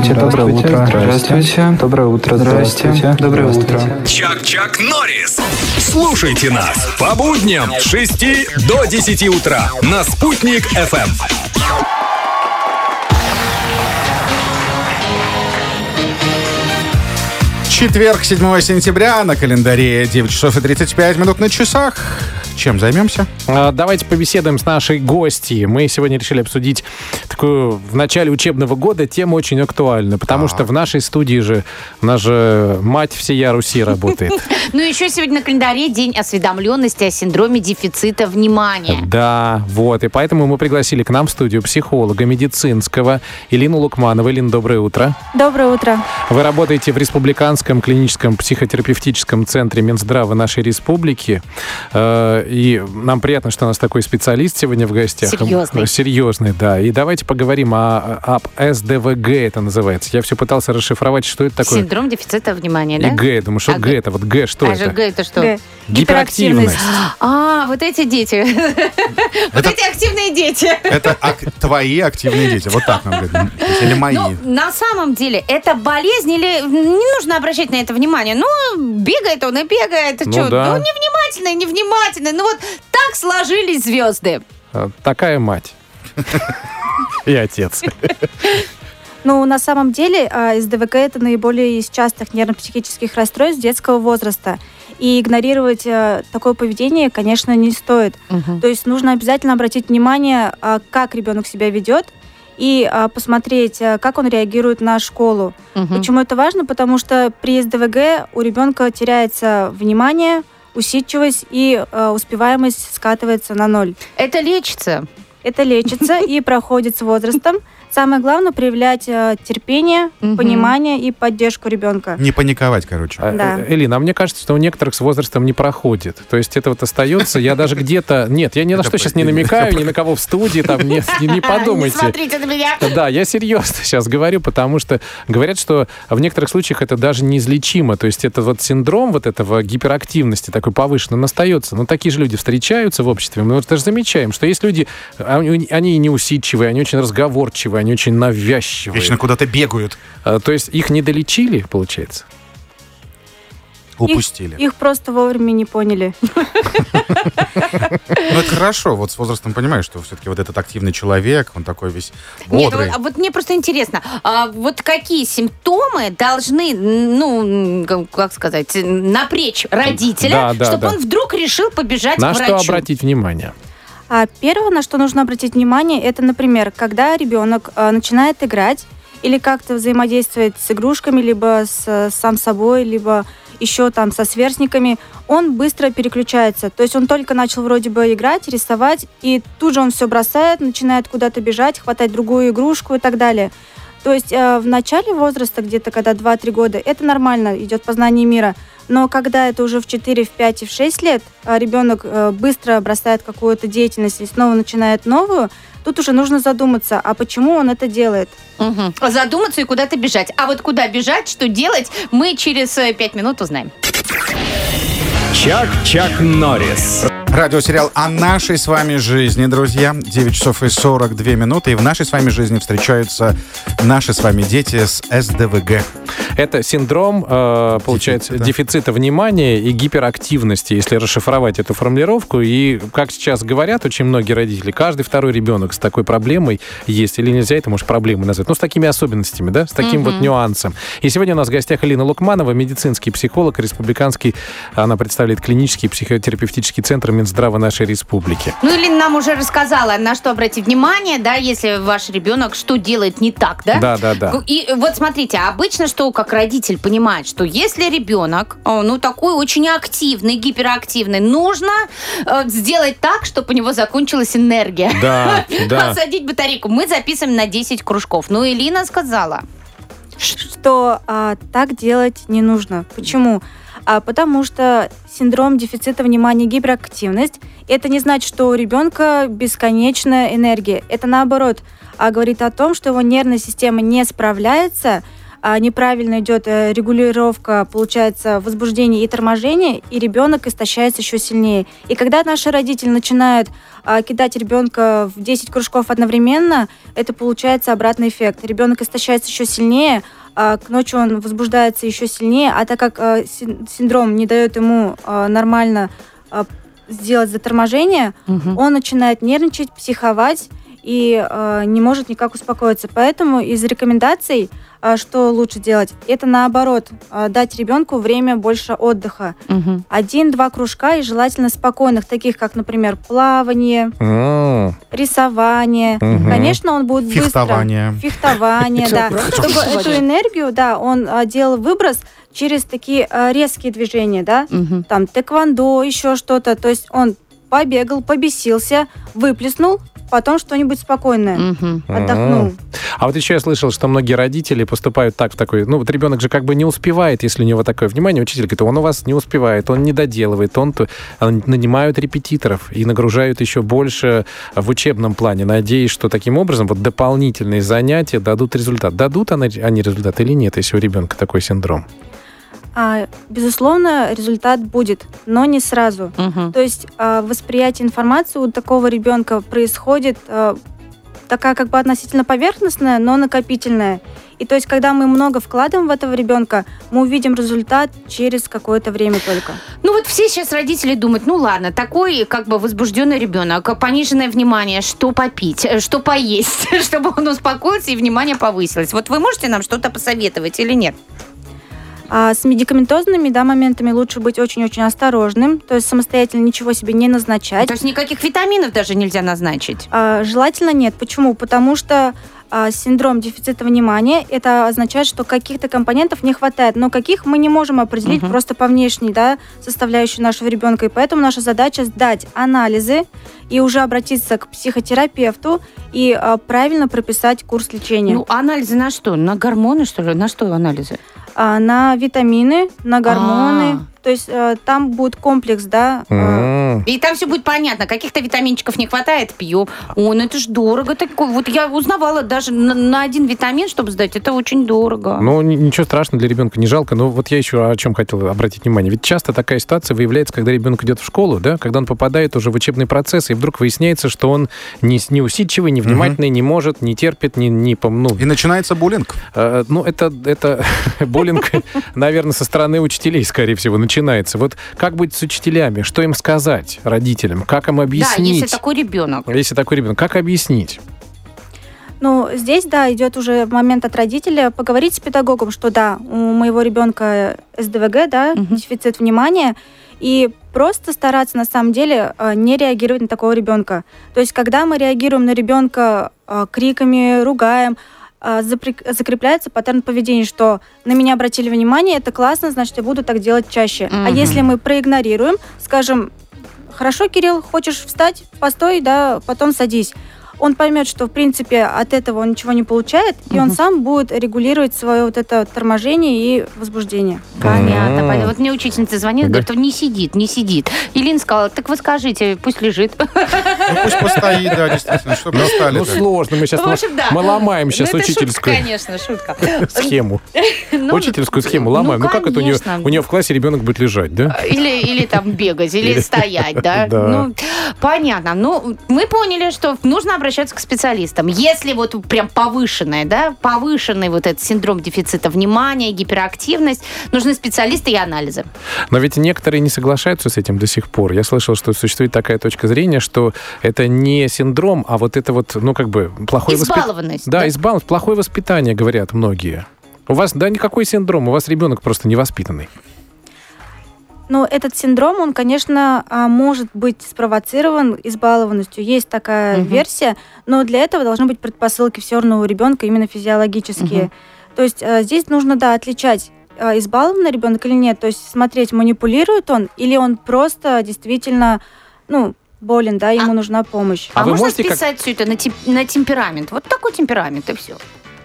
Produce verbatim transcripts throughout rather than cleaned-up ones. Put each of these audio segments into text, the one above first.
Здравствуйте, доброе утро. Здравствуйте, доброе утро. Здравствуйте, доброе утро. Чак-Чак Норрис. Слушайте нас по будням с шести до десяти утра на Спутник эф эм. Четверг, седьмого сентября, на календаре девять часов и тридцать пять минут на часах. Чем займемся? Давайте побеседуем с нашей гостьей. Мы сегодня решили обсудить такую в начале учебного года тему очень актуальную, потому что в нашей студии же, у нас же мать всея Руси работает. Ну, еще сегодня на календаре День осведомленности о синдроме дефицита внимания. Да, вот. И поэтому мы пригласили к нам в студию психолога медицинского Элину Лукманову. Элина, доброе утро. Доброе утро. Вы работаете в Республиканском клиническом психотерапевтическом центре Минздрава нашей республики. И нам приятно, что у нас такой специалист сегодня в гостях. Серьезный. Серьезный, да. И давайте поговорим о, об эс дэ вэ гэ, это называется. Я все пытался расшифровать, что это такое. Синдром дефицита внимания, да? И Г, я думаю, что а Г, это вот Г, что а это? А же Г это что? Г. Гиперактивность. А, вот эти дети. Вот эти активные дети. Это твои активные дети, вот так нам говорят. Или мои. Ну, на самом деле, это болезнь или не нужно обращать на это внимание? Ну, бегает он и бегает. Ну, что? да. Ну, невнимательный, невнимательный. Ну, вот так сложились звезды. Такая мать. И отец. Ну, на самом деле, эс дэ вэ гэ – это наиболее из частых нервно-психических расстройств детского возраста. И игнорировать э, такое поведение, конечно, не стоит. Угу. То есть нужно обязательно обратить внимание, э, как ребенок себя ведет, и э, посмотреть, э, как он реагирует на школу. Угу. Почему это важно? Потому что при эс дэ вэ гэ у ребенка теряется внимание, усидчивость и э, успеваемость скатывается на ноль. Это лечится? Это лечится и проходит с возрастом. Самое главное — проявлять э, терпение, угу. понимание и поддержку ребенка. Не паниковать, короче. Да. Элина, а мне кажется, что у некоторых с возрастом не проходит. То есть это вот остается, я даже где-то... Нет, я ни на что сейчас не намекаю, ни на кого в студии, там, не, не подумайте. Не смотрите на меня. Да, я серьезно сейчас говорю, потому что говорят, что в некоторых случаях это даже неизлечимо. То есть это вот синдром вот этого гиперактивности такой повышенный, он остается. Но такие же люди встречаются в обществе. Мы вот даже замечаем, что есть люди, они неусидчивые, они очень разговорчивые, они очень навязчивые. Вечно куда-то бегают. А, то есть их не долечили, получается? Упустили. Их, их просто вовремя не поняли. Ну, это хорошо. Вот с возрастом понимаешь, что все-таки вот этот активный человек, он такой весь бодрый. Нет, вот мне просто интересно, а вот какие симптомы должны, ну, как сказать, напрячь родителя, да, да, чтобы да. он вдруг решил побежать на к врачу? На что обратить внимание? А первое, на что нужно обратить внимание, это, например, когда ребенок э, начинает играть или как-то взаимодействовать с игрушками, либо с, с сам собой, либо еще там со сверстниками, он быстро переключается. То есть он только начал вроде бы играть, рисовать, и тут же он все бросает, начинает куда-то бежать, хватать другую игрушку и так далее. То есть э, в начале возраста, где-то когда два-три года, это нормально, идет познание мира. Но когда это уже в четыре, в пять и в шесть лет, ребенок быстро бросает какую-то деятельность и снова начинает новую, тут уже нужно задуматься, а почему он это делает. Угу. Задуматься и куда-то бежать. А вот куда бежать, что делать, мы через пять минут узнаем. Чак-Чак Норрис. Радиосериал о нашей с вами жизни, друзья. девять часов и сорок две минуты. И в нашей с вами жизни встречаются наши с вами дети с эс дэ вэ гэ. Это синдром, э, получается, дефицита. дефицита внимания и гиперактивности, если расшифровать эту формулировку. И, как сейчас говорят очень многие родители, каждый второй ребенок с такой проблемой есть. Или нельзя это, может, проблемой назвать. Ну, с такими особенностями, да, с таким mm-hmm. вот нюансом. И сегодня у нас в гостях Элина Лукманова, медицинский психолог, республиканский, она представляет клинический психотерапевтический центр Минздрава нашей республики. Ну, Элина нам уже рассказала, на что обратить внимание, да, если ваш ребенок что делает не так, да? Да, да, да. И вот смотрите, обычно что, как родитель понимает, что если ребенок, ну, такой очень активный, гиперактивный, нужно э, сделать так, чтобы у него закончилась энергия. Да, да. Посадить батарейку. Мы записываем на десять кружков. Ну, Элина сказала, что а, так делать не нужно. Почему? А, потому что синдром дефицита внимания и гиперактивность – это не значит, что у ребенка бесконечная энергия. Это наоборот а, говорит о том, что его нервная система не справляется а, неправильно идет э, регулировка, получается, возбуждения и торможения, и ребенок истощается еще сильнее. И когда наши родители начинают а, кидать ребенка в десять кружков одновременно, это получается обратный эффект. Ребенок истощается еще сильнее, а, к ночи он возбуждается еще сильнее, а так как а, синдром не дает ему а, нормально а, сделать заторможение, угу. он начинает нервничать, психовать, и э, не может никак успокоиться. Поэтому из рекомендаций, э, что лучше делать, это наоборот, э, дать ребенку время больше отдыха. Угу. Один-два кружка, и желательно спокойных, таких как, например, плавание, mm. рисование. Угу. Конечно, он будет Фехтование. быстро... Фехтование. да. Чтобы эту энергию, да, он э, делал выброс через такие э, резкие движения, да, угу. там, тэквондо, еще что-то. То есть он побегал, побесился, выплеснул, потом что-нибудь спокойное, угу. отдохнул. А вот еще я слышал, что многие родители поступают так в такой... Ну, вот ребенок же как бы не успевает, если у него такое внимание. Учитель говорит, он у вас не успевает, он не доделывает, он нанимают репетиторов и нагружают еще больше в учебном плане, надеясь, что таким образом вот дополнительные занятия дадут результат. Дадут они результат или нет, если у ребенка такой синдром? А, безусловно, результат будет, но не сразу. Угу. То есть а, восприятие информации у такого ребенка происходит а, такая как бы относительно поверхностная, но накопительная. И то есть, когда мы много вкладываем в этого ребенка, мы увидим результат через какое-то время только. Ну вот все сейчас родители думают, ну ладно, такой как бы возбужденный ребенок, пониженное внимание, что попить, что поесть, чтобы он успокоился и внимание повысилось. Вот вы можете нам что-то посоветовать или нет? А с медикаментозными, да, моментами лучше быть очень-очень осторожным, то есть самостоятельно ничего себе не назначать. То есть никаких витаминов даже нельзя назначить? А, желательно нет. Почему? Потому что а, синдром дефицита внимания, это означает, что каких-то компонентов не хватает, но каких мы не можем определить uh-huh. просто по внешней, да, составляющей нашего ребенка. И поэтому наша задача сдать анализы и уже обратиться к психотерапевту и а, правильно прописать курс лечения. Ну, анализы на что? На гормоны, что ли? На что анализы? На витамины, на гормоны. А-а-а. То есть э, там будет комплекс, да. Э. И там все будет понятно. Каких-то витаминчиков не хватает, пью. О, ну это ж дорого. Такое. Вот я узнавала даже на, на один витамин, чтобы сдать, это очень дорого. Ну, ничего страшного, для ребенка не жалко. Но вот я еще о чем хотел обратить внимание. Ведь часто такая ситуация выявляется, когда ребенок идет в школу, да, когда он попадает уже в учебный процесс, и вдруг выясняется, что он не, не усидчивый, не внимательный, угу. не может, не терпит, не... не ну, и начинается буллинг. Э, ну, это, это буллинг, наверное, со стороны учителей, скорее всего, начинается. Вот как быть с учителями? Что им сказать родителям? Как им объяснить? Да, если такой ребенок. Если такой ребенок, как объяснить? Ну, здесь, да, идет уже момент от родителя поговорить с педагогом, что да, у моего ребенка эс дэ вэ гэ, да, угу. дефицит внимания, и просто стараться на самом деле не реагировать на такого ребенка. То есть, когда мы реагируем на ребенка криками, ругаем, закрепляется паттерн поведения, что на меня обратили внимание, это классно, значит, я буду так делать чаще. Mm-hmm. А если мы проигнорируем, скажем, хорошо, Кирилл, хочешь встать, постой, да, потом садись. Он поймет, что, в принципе, от этого он ничего не получает, mm-hmm. и он сам будет регулировать свое вот это торможение и возбуждение. Понятно, mm-hmm. понятно. Вот мне учительница звонит, да. говорит, не сидит, не сидит. Илина сказала, так вы скажите, пусть лежит. Ну, пусть постоит, да, действительно, чтобы ну, стали. Ну, сложно, мы сейчас, в общем, да. мы ломаем сейчас ну, учительскую. Шутка, конечно, шутка. Схему. Ну, учительскую схему ломаем. Ну, ну как это у нее, у нее в классе ребенок будет лежать, да? Или, или там бегать, или стоять, да? да. Ну, понятно. Ну, мы поняли, что нужно обращаться к специалистам. Если вот прям повышенная, да, повышенный вот этот синдром дефицита внимания, гиперактивность, нужны специалисты и анализы. Но ведь некоторые не соглашаются с этим до сих пор. Я слышал, что существует такая точка зрения, что это не синдром, а вот это вот, ну, как бы, плохое воспитание. Избалованность. Да, да, избалованность, плохое воспитание, говорят многие. У вас, да, никакой синдром, у вас ребенок просто невоспитанный. Но этот синдром, он, конечно, может быть спровоцирован избалованностью. Есть такая угу. версия, но для этого должны быть предпосылки все равно у ребенка именно физиологические. Угу. То есть здесь нужно, да, отличать, избалованный ребенок или нет. То есть смотреть, манипулирует он или он просто действительно, ну, болен, да, ему а, нужна помощь. А, а можно списать как... все это на, теп- на темперамент? Вот такой темперамент, и все.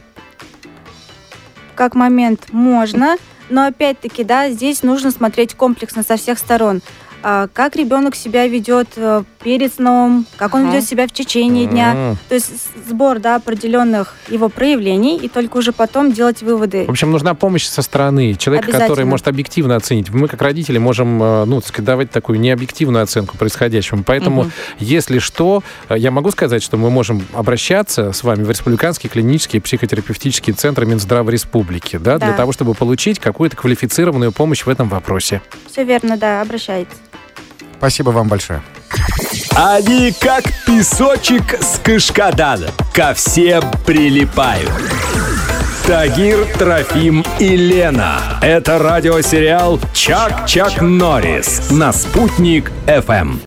Как момент можно... Но опять-таки, да, здесь нужно смотреть комплексно со всех сторон. а, как ребенок себя ведет а, перед сном, как он Ага. ведет себя в течение дня. То есть с- сбор, да, определенных его проявлений, и только уже потом делать выводы. В общем, нужна помощь со стороны. Человека, который Обязательно. может объективно оценить. Мы, как родители, можем, э, ну, так сказать, давать такую необъективную оценку происходящему. Поэтому, Мгм. если что, э, я могу сказать, что мы можем обращаться с вами в Республиканский клинический психотерапевтический центр Минздрава Республики, да, для Да. того, чтобы получить какую-то квалифицированную помощь в этом вопросе. Все верно, да, обращайтесь. Спасибо вам большое. Они как песочек с Кашкадана, ко всем прилипают. Тагир, Трофим и Лена. Это радиосериал «Чак-Чак Норрис» на «Спутник эф эм».